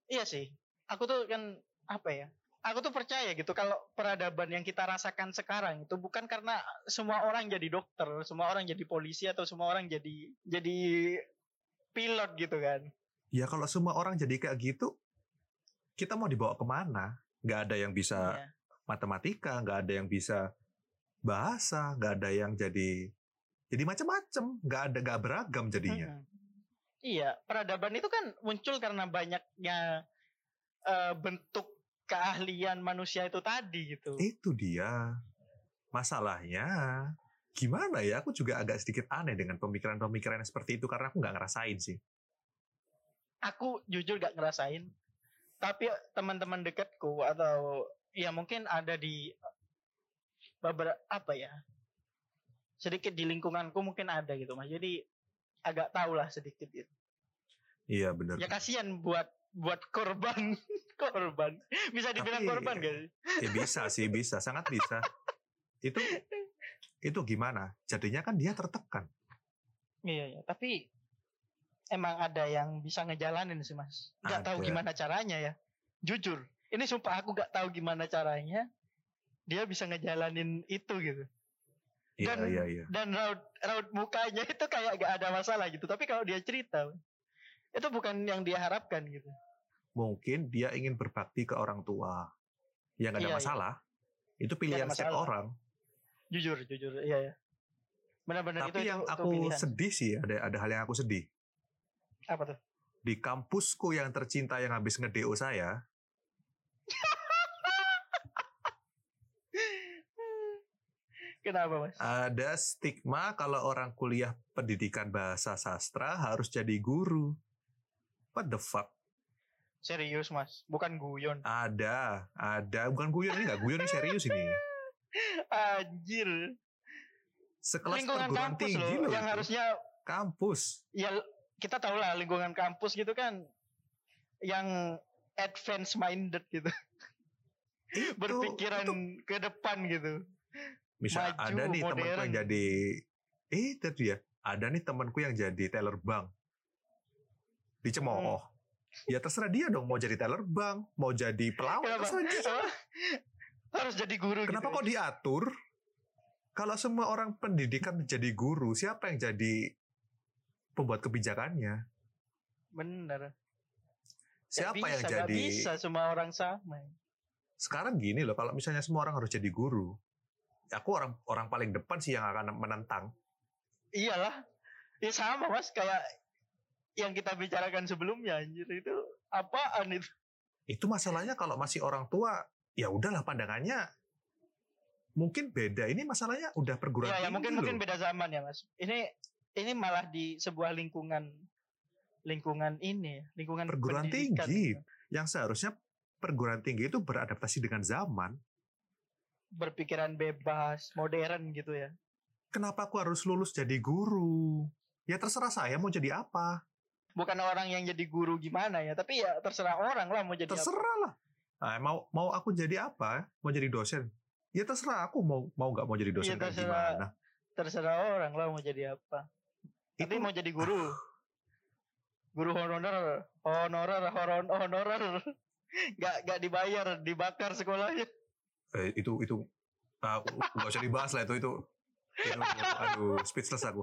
Iya sih. Aku tuh kan apa ya? Aku tuh percaya gitu kalau peradaban yang kita rasakan sekarang itu bukan karena semua orang jadi dokter, semua orang jadi polisi atau semua orang jadi jadi pilot gitu kan. Ya kalau semua orang jadi kayak gitu, kita mau dibawa kemana? Nggak ada yang bisa Iya. matematika, nggak ada yang bisa bahasa, nggak ada yang jadi jadi macam-macam, nggak ada nggak beragam jadinya. Mm-mm. Iya, peradaban itu kan muncul karena banyaknya eh, bentuk keahlian manusia itu tadi gitu. Itu dia. Masalahnya, gimana ya? Aku juga agak sedikit aneh dengan pemikiran-pemikiran yang seperti itu karena aku nggak ngerasain sih. Aku jujur gak ngerasain, tapi teman-teman dekatku atau ya mungkin ada di beberapa apa ya, sedikit di lingkunganku mungkin ada gitu mas. Jadi agak tahu lah sedikit gitu. Iya benar. Ya kasihan buat buat korban korban. Bisa dibilang Tapi, korban gak sih? Ya bisa sih, bisa, sangat bisa. Itu itu gimana? Jadinya kan dia tertekan. Iya ya, tapi emang ada yang bisa ngejalanin sih mas. Gak tahu Ada. gimana caranya ya. Jujur, ini sumpah aku gak tahu gimana caranya dia bisa ngejalanin itu gitu. Iya, Dan iya, iya. dan raut raut mukanya itu kayak gak ada masalah gitu. Tapi kalau dia cerita, itu bukan yang dia harapkan gitu. Mungkin dia ingin berbakti ke orang tua. Ya nggak ada Iya, iya. masalah. Itu pilihan Nggak ada setiap masalah. orang. Jujur, jujur, iya ya. Benar-benar itu Tapi yang itu, aku itu pilihan. sedih sih, ada ada hal yang aku sedih. Apa tuh? Di kampusku yang tercinta yang habis nge-D O saya, Kenapa mas? ada stigma kalau orang kuliah pendidikan bahasa sastra harus jadi guru. What the fuck? Serius mas, bukan guyon. Ada, ada. Bukan guyon, ini nggak guyon, ini serius ini. Anjir. Sekelas Lingkungan perguruan kampus tinggi loh, loh yang itu. harusnya Kampus. ya kita tahu lah lingkungan kampus gitu kan yang advance minded gitu. Itu, Berpikiran itu ke depan gitu. misal Maju, ada nih temanku modern. yang jadi eh itu dia ada nih temanku yang jadi teller bank dicemooh. Ya terserah dia dong mau jadi teller bank, mau jadi pelawak, Kenapa? terserah dia. Harus jadi guru Kenapa gitu. kok diatur? Kalau semua orang pendidikan jadi guru, siapa yang jadi pembuat kebijakannya? Bener. Siapa Gak yang bisa, jadi? Gak bisa semua orang sama. Sekarang gini loh, kalau misalnya semua orang harus jadi guru, aku orang orang paling depan sih yang akan menentang. Iyalah. Ya sama mas kayak yang kita bicarakan sebelumnya anjir itu apaan itu? Itu masalahnya kalau masih orang tua, ya udahlah pandangannya mungkin beda. Ini masalahnya udah perguruan Ya, ya tinggi mungkin loh. mungkin beda zaman ya mas. Ini ini malah di sebuah lingkungan lingkungan ini lingkungan Perguruan pendidikan tinggi. gitu. Yang seharusnya perguruan tinggi itu beradaptasi dengan zaman. Berpikiran bebas, modern gitu ya. Kenapa aku harus lulus jadi guru? Ya terserah saya mau jadi apa. Bukan orang yang jadi guru gimana ya, tapi ya terserah orang lah mau jadi apa. Terserah lah. Nah, mau mau aku jadi apa? Mau jadi dosen? Ya terserah aku mau mau nggak mau jadi dosen Iya, kayak terserah. gimana. Terserah orang lah mau jadi apa. Tapi Itu mau jadi guru. Guru honorer, honorer, horon, honorer. Gak gak dibayar, dibakar sekolahnya. eh, itu itu ah, nggak usah dibahas lah itu itu. Itu aduh speechless aku.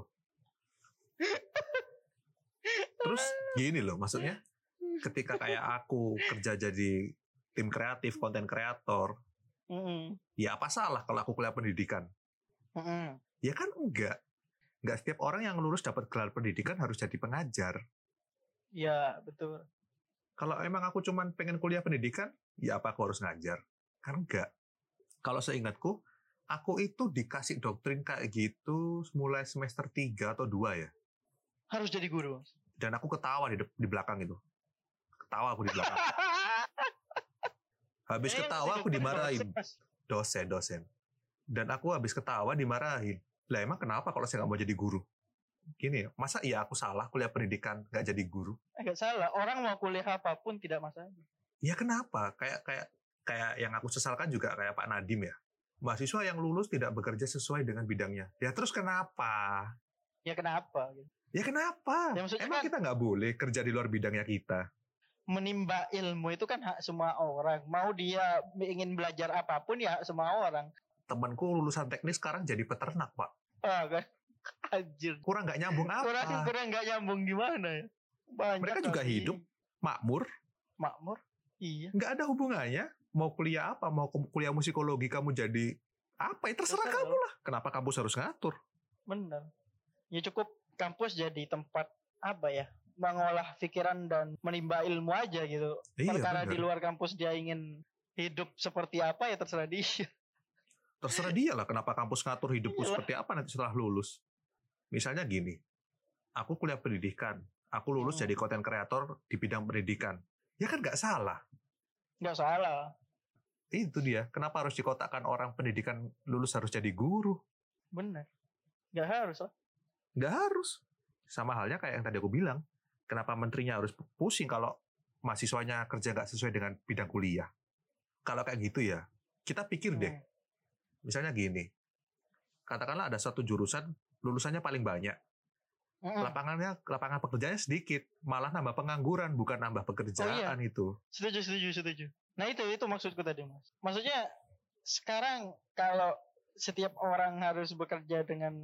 Terus gini loh, maksudnya ketika kayak aku kerja jadi tim kreatif, konten kreator, Mm-mm. ya apa salah kalau aku kuliah pendidikan? Mm-mm. Ya kan enggak. Enggak setiap orang yang lulus dapat gelar pendidikan harus jadi pengajar. Ya betul. Kalau emang aku cuman pengen kuliah pendidikan, ya apa aku harus ngajar? Kan enggak. Kalau seingatku, aku itu dikasih doktrin kayak gitu mulai semester tiga atau dua ya. Harus jadi guru. Dan aku ketawa di, de- di belakang itu. Ketawa aku di belakang. Habis Eh, ketawa yang aku dosen, dimarahin. Mas. Dosen, dosen. Dan aku habis ketawa dimarahin. Lah emang kenapa kalau saya nggak mau jadi guru? Gini ya, masa iya aku salah kuliah pendidikan nggak jadi guru? Agak salah. Orang mau kuliah apapun tidak masalah. Ya kenapa? Kayak kayak kayak yang aku sesalkan juga kayak Pak Nadiem ya. Mahasiswa yang lulus tidak bekerja sesuai dengan bidangnya. Ya terus kenapa? Ya kenapa? Gitu. Ya kenapa? Ya, maksudnya Emang kan- kita nggak boleh kerja di luar bidangnya kita? menimba ilmu itu kan hak semua orang. Mau dia ingin belajar apapun ya hak semua orang. Temanku lulusan teknik sekarang jadi peternak, Pak. Ah kan, anjir. Kurang nggak nyambung apa? Kurang kurang nggak nyambung gimana ya? Banyak Mereka juga kali. hidup makmur. Makmur, iya. Nggak ada hubungannya. Mau kuliah apa? Mau kuliah musikologi kamu jadi apa? Ya terserah Terserah. kamu lah. Kenapa kampus harus ngatur? Bener. Ya cukup kampus jadi tempat apa ya? Mengolah pikiran dan menimba ilmu aja gitu. Iya, Perkara bener. di luar kampus dia ingin hidup seperti apa ya terserah dia. Terserah dia lah kenapa kampus ngatur hidupku Iya. seperti apa nanti setelah lulus. Misalnya gini, aku kuliah pendidikan, aku lulus Hmm. jadi content creator di bidang pendidikan. Ya kan nggak salah. Nggak salah. Itu dia, kenapa harus dikotakkan orang pendidikan lulus harus jadi guru? Bener. Nggak harus lah. Nggak harus. Sama halnya kayak yang tadi aku bilang, kenapa menterinya harus pusing kalau mahasiswanya kerja nggak sesuai dengan bidang kuliah. Kalau kayak gitu ya, kita pikir deh, Hmm. misalnya gini, katakanlah ada satu jurusan lulusannya paling banyak, Mm-mm. lapangannya lapangan pekerjaannya sedikit, malah nambah pengangguran bukan nambah pekerjaan itu. Setuju, setuju, setuju. Nah itu itu maksudku tadi mas. Maksudnya sekarang kalau setiap orang harus bekerja dengan,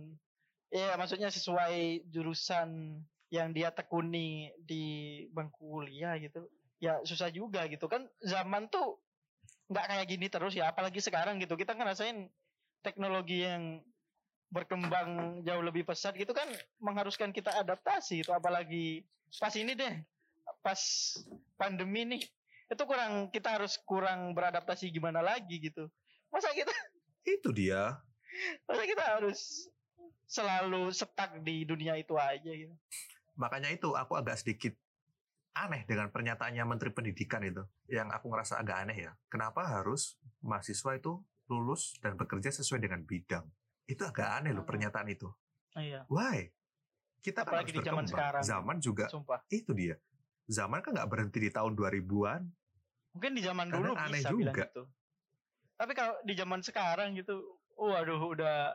ya maksudnya sesuai jurusan yang dia tekuni di bangku kuliah gitu, ya susah juga gitu kan. Zaman tuh nggak kayak gini terus ya, apalagi sekarang gitu. Kita ngerasain teknologi yang berkembang jauh lebih pesat gitu kan, mengharuskan kita adaptasi itu. Apalagi pas ini deh, pas pandemi nih, itu kurang, kita harus kurang beradaptasi gimana lagi gitu. Masa kita Itu dia. masa kita harus selalu stuck di dunia itu aja gitu. Makanya itu aku agak sedikit aneh dengan pernyataannya Menteri Pendidikan itu. Yang aku ngerasa agak aneh ya. Kenapa harus mahasiswa itu lulus dan bekerja sesuai dengan bidang? Itu agak aneh loh pernyataan itu. Iya, Why? Kita kan apalagi harus di zaman berkembang. sekarang. Zaman juga, Sumpah. itu dia. Zaman kan nggak berhenti di tahun dua ribuan. Mungkin di zaman Kadang dulu aneh bisa bilang juga. gitu. Tapi kalau di zaman sekarang gitu, waduh udah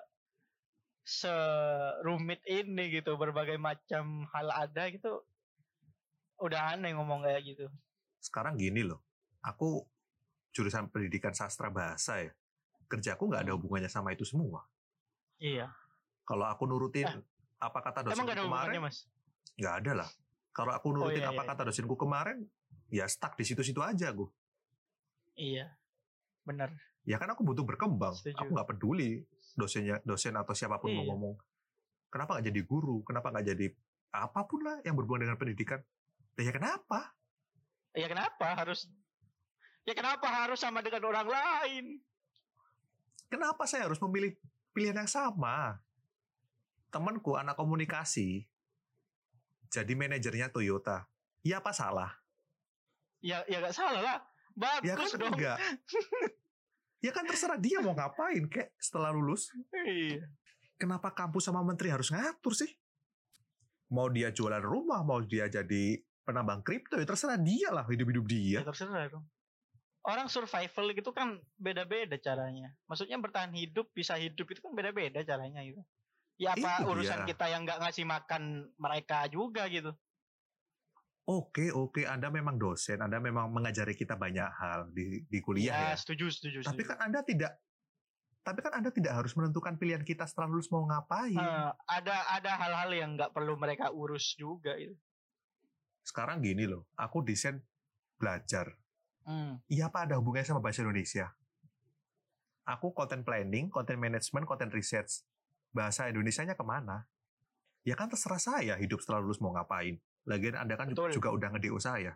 serumit ini gitu, berbagai macam hal ada gitu. Udah aneh ngomong kayak gitu. Sekarang gini loh. Aku jurusan pendidikan sastra bahasa ya. Kerjaku nggak ada Hmm. hubungannya sama itu semua. Iya. Kalau aku nurutin Eh, apa kata dosenku Emang gak ada hubungannya kemarin, mas? nggak ada lah. Kalau aku Oh, nurutin iya, apa iya. kata dosenku kemarin, ya stuck di situ-situ aja aku. Iya. Benar. Ya kan aku butuh berkembang. Setuju. Aku nggak peduli dosennya, dosen atau siapapun mau Iya. ngomong. Kenapa nggak jadi guru? Kenapa nggak jadi apapun lah yang berhubungan dengan pendidikan? Ya kenapa? Ya kenapa harus Ya kenapa harus sama dengan orang lain? Kenapa saya harus memilih pilihan yang sama? Temanku anak komunikasi jadi manajernya Toyota. Ya apa salah? Ya ya gak salah lah. Ya kan Bagus dong. enggak. Ya kan terserah dia mau ngapain kayak setelah lulus. Iya. Kenapa kampus sama menteri harus ngatur sih? Mau dia jualan rumah, mau dia jadi penambang kripto, ya terserah dia lah, hidup-hidup dia. Ya terserah dong. Orang survival gitu kan beda-beda caranya. Maksudnya bertahan hidup, bisa hidup itu kan beda-beda caranya gitu. Ya apa Itu urusan dia. kita yang nggak ngasih makan mereka juga gitu. Oke, oke, Anda memang dosen, Anda memang mengajari kita banyak hal di, di kuliah ya. setuju, setuju, Tapi setuju. kan Anda tidak tapi kan Anda tidak harus menentukan pilihan kita setelah lulus mau ngapain. Eh, ada ada hal-hal yang nggak perlu mereka urus juga itu. Sekarang gini loh, aku desain belajar. Hmm. Iya apa ada hubungannya sama bahasa Indonesia? Aku content planning, content management, content research. Bahasa Indonesianya kemana? Ya kan terserah saya hidup setelah lulus mau ngapain. Lagian Anda kan Betul. juga udah nge-D O saya.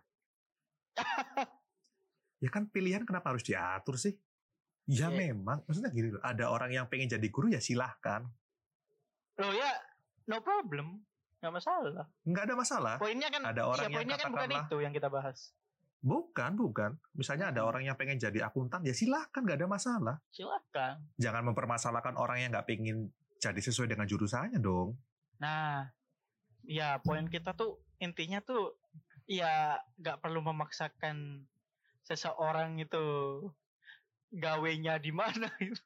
Ya kan pilihan kenapa harus diatur sih? Ya Iya. memang, maksudnya gini loh, ada orang yang pengen jadi guru ya silahkan. Loh ya, no problem, nggak masalah. Nggak ada masalah. Poinnya kan, Ada orang ya, yang poinnya kan bukan katakanlah- itu yang kita bahas. Bukan, bukan. Misalnya ada Hmm. orang yang pengen jadi akuntan, ya silahkan, nggak ada masalah. Silakan. Jangan mempermasalahkan orang yang nggak pengen jadi sesuai dengan jurusannya dong. Nah, ya poin kita tuh intinya tuh ya nggak perlu memaksakan seseorang itu gawenya di mana gitu.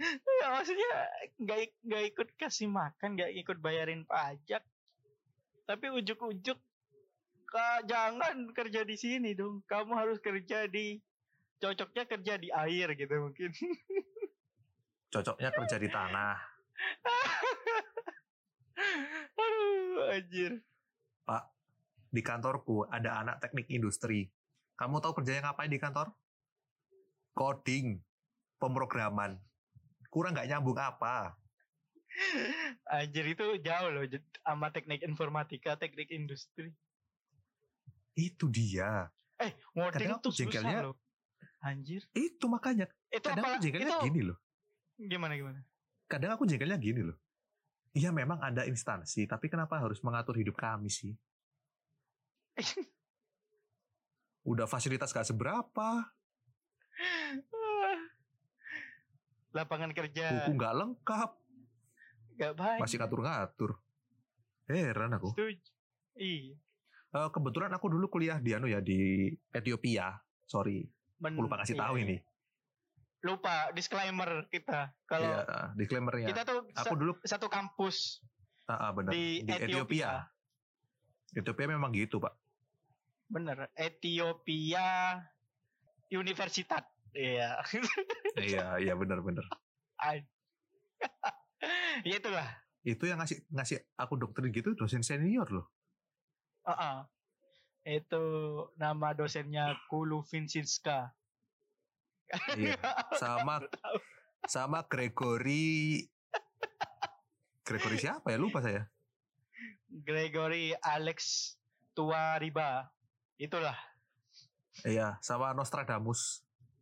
Ya maksudnya nggak ik- nggak ikut kasih makan, nggak ikut bayarin pajak, tapi ujuk-ujuk Kak, jangan kerja di sini dong. Kamu harus kerja di cocoknya kerja di air gitu mungkin. Cocoknya kerja di tanah. Aduh, anjir. Pak, di kantorku ada anak teknik industri. Kamu tahu kerjanya ngapain di kantor? Coding, pemrograman. Kurang nggak nyambung apa? Anjir itu jauh loh j- sama teknik informatika, teknik industri. Itu dia. Eh, ngoding Kadang aku tuh susah jengkelnya- loh. Anjir. Itu makanya. Itu Kadang apa? aku jengkelnya Itu gini loh. gimana gimana? Kadang aku jengkelnya gini loh. Iya memang ada instansi, tapi kenapa harus mengatur hidup kami sih? Udah fasilitas gak seberapa, Lapangan kerja buku gak lengkap, gak baik. masih ngatur-ngatur. Heran aku. Setuju. Iya. Eh, kebetulan aku dulu kuliah di anu ya di Ethiopia. Sorry, Men- aku lupa kasih iya, tahu iya. ini. Lupa disclaimer kita. Kalau Iya, disclaimer-nya. kita tuh Aku sa- dulu satu kampus ah, ah, bener. di, di Ethiopia. Ethiopia memang gitu, Pak. Bener. Ethiopia Universitas. Iya. Iya, iya benar-benar. Ay- ya itulah. Itu yang ngasih ngasih aku doktrin gitu dosen senior loh. Uh-uh. Itu nama dosennya Kulu Vinsinska. Iya. Sama sama Gregory Gregory siapa ya? Lupa saya. Gregory Alex Tuariba. Itulah. Iya, sama Nostradamus.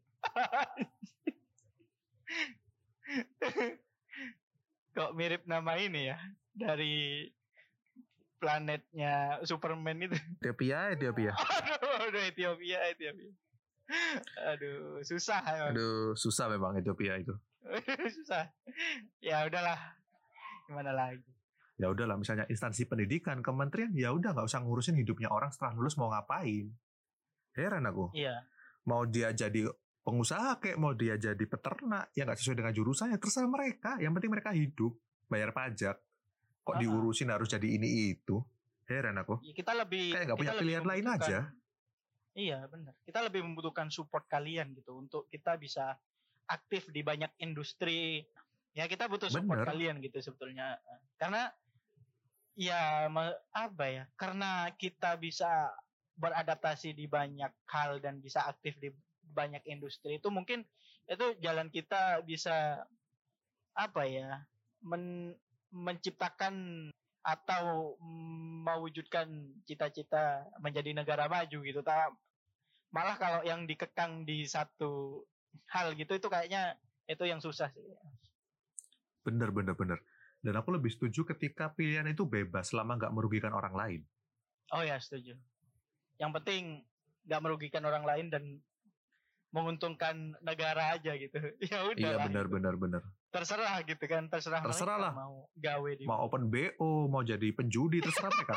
Kok mirip nama ini ya? Dari planetnya Superman itu. Ethiopia, Ethiopia. Aduh, aduh Ethiopia, Ethiopia. Aduh, susah emang. Aduh, susah memang Ethiopia itu. Susah. Ya udahlah. Gimana lagi? Ya udahlah, misalnya instansi pendidikan, kementerian, ya udah nggak usah ngurusin hidupnya orang setelah lulus mau ngapain. Heran aku. Iya. Mau dia jadi pengusaha kayak mau dia jadi peternak, ya nggak sesuai dengan jurusannya, terserah mereka. Yang penting mereka hidup, bayar pajak. Kok Ah. diurusin harus jadi ini itu? Heran aku. Ya, kita lebih Kayak nggak kita punya lebih pilihan lain membutuhkan- aja. Iya, benar. Kita lebih membutuhkan support kalian gitu untuk kita bisa aktif di banyak industri. Ya, kita butuh support Bener. kalian gitu sebetulnya. Karena ya me- apa ya? Karena kita bisa beradaptasi di banyak hal dan bisa aktif di banyak industri itu mungkin itu jalan kita bisa apa ya? Men, menciptakan atau mewujudkan cita-cita menjadi negara maju gitu. Ta- Malah kalau yang dikekang di satu hal gitu itu kayaknya itu yang susah sih. Bener, bener, bener. Dan aku lebih setuju ketika pilihan itu bebas selama nggak merugikan orang lain. Oh ya, setuju. Yang penting nggak merugikan orang lain dan menguntungkan negara aja gitu. Ya udah Iya, lah. bener, bener, bener. Terserah gitu kan, terserah, Terserah mereka lah. mau gawe di Mau open B O, mau jadi penjudi, terserah mereka.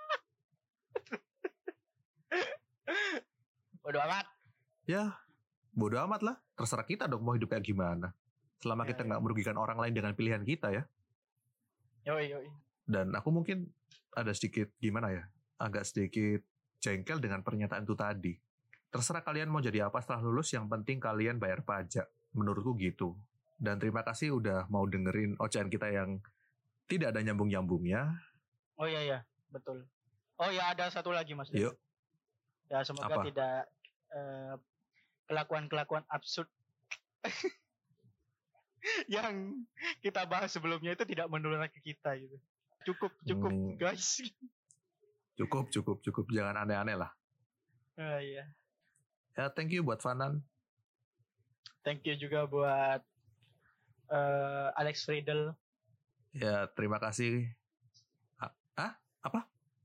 bodo amat. Ya, bodo amat lah. Terserah kita dong mau hidup kayak gimana. Selama Ya, kita ya. nggak merugikan orang lain dengan pilihan kita ya. Yoi yoi. Dan aku mungkin ada sedikit, gimana ya, agak sedikit jengkel dengan pernyataan itu tadi. Terserah kalian mau jadi apa setelah lulus, yang penting kalian bayar pajak. Menurutku gitu. Dan terima kasih udah mau dengerin ocehan kita yang tidak ada nyambung-nyambungnya. Oh iya ya, betul. Oh ya, ada satu lagi Mas. Yuk. Ya semoga Apa? tidak eh, kelakuan-kelakuan absurd yang kita bahas sebelumnya itu tidak menular ke kita gitu. Cukup, cukup Hmm. guys. Cukup, cukup, cukup. Jangan aneh-aneh lah. Ah, iya. Ya, thank you buat Fanan. Thank you juga buat eh, Alex Friedel. Ya, terima kasih. Ah, ah? Apa?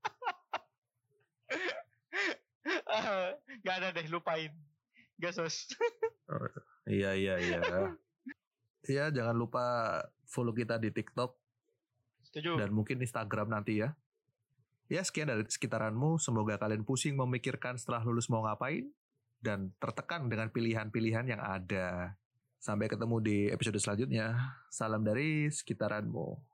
Gak ada deh, lupain. Gasos. Iya, iya, iya. Ya, jangan lupa follow kita di TikTok Setuju. dan mungkin Instagram nanti ya. Ya, sekian dari sekitaranmu. Semoga kalian pusing memikirkan setelah lulus mau ngapain dan tertekan dengan pilihan-pilihan yang ada. Sampai ketemu di episode selanjutnya. Salam dari sekitaranmu.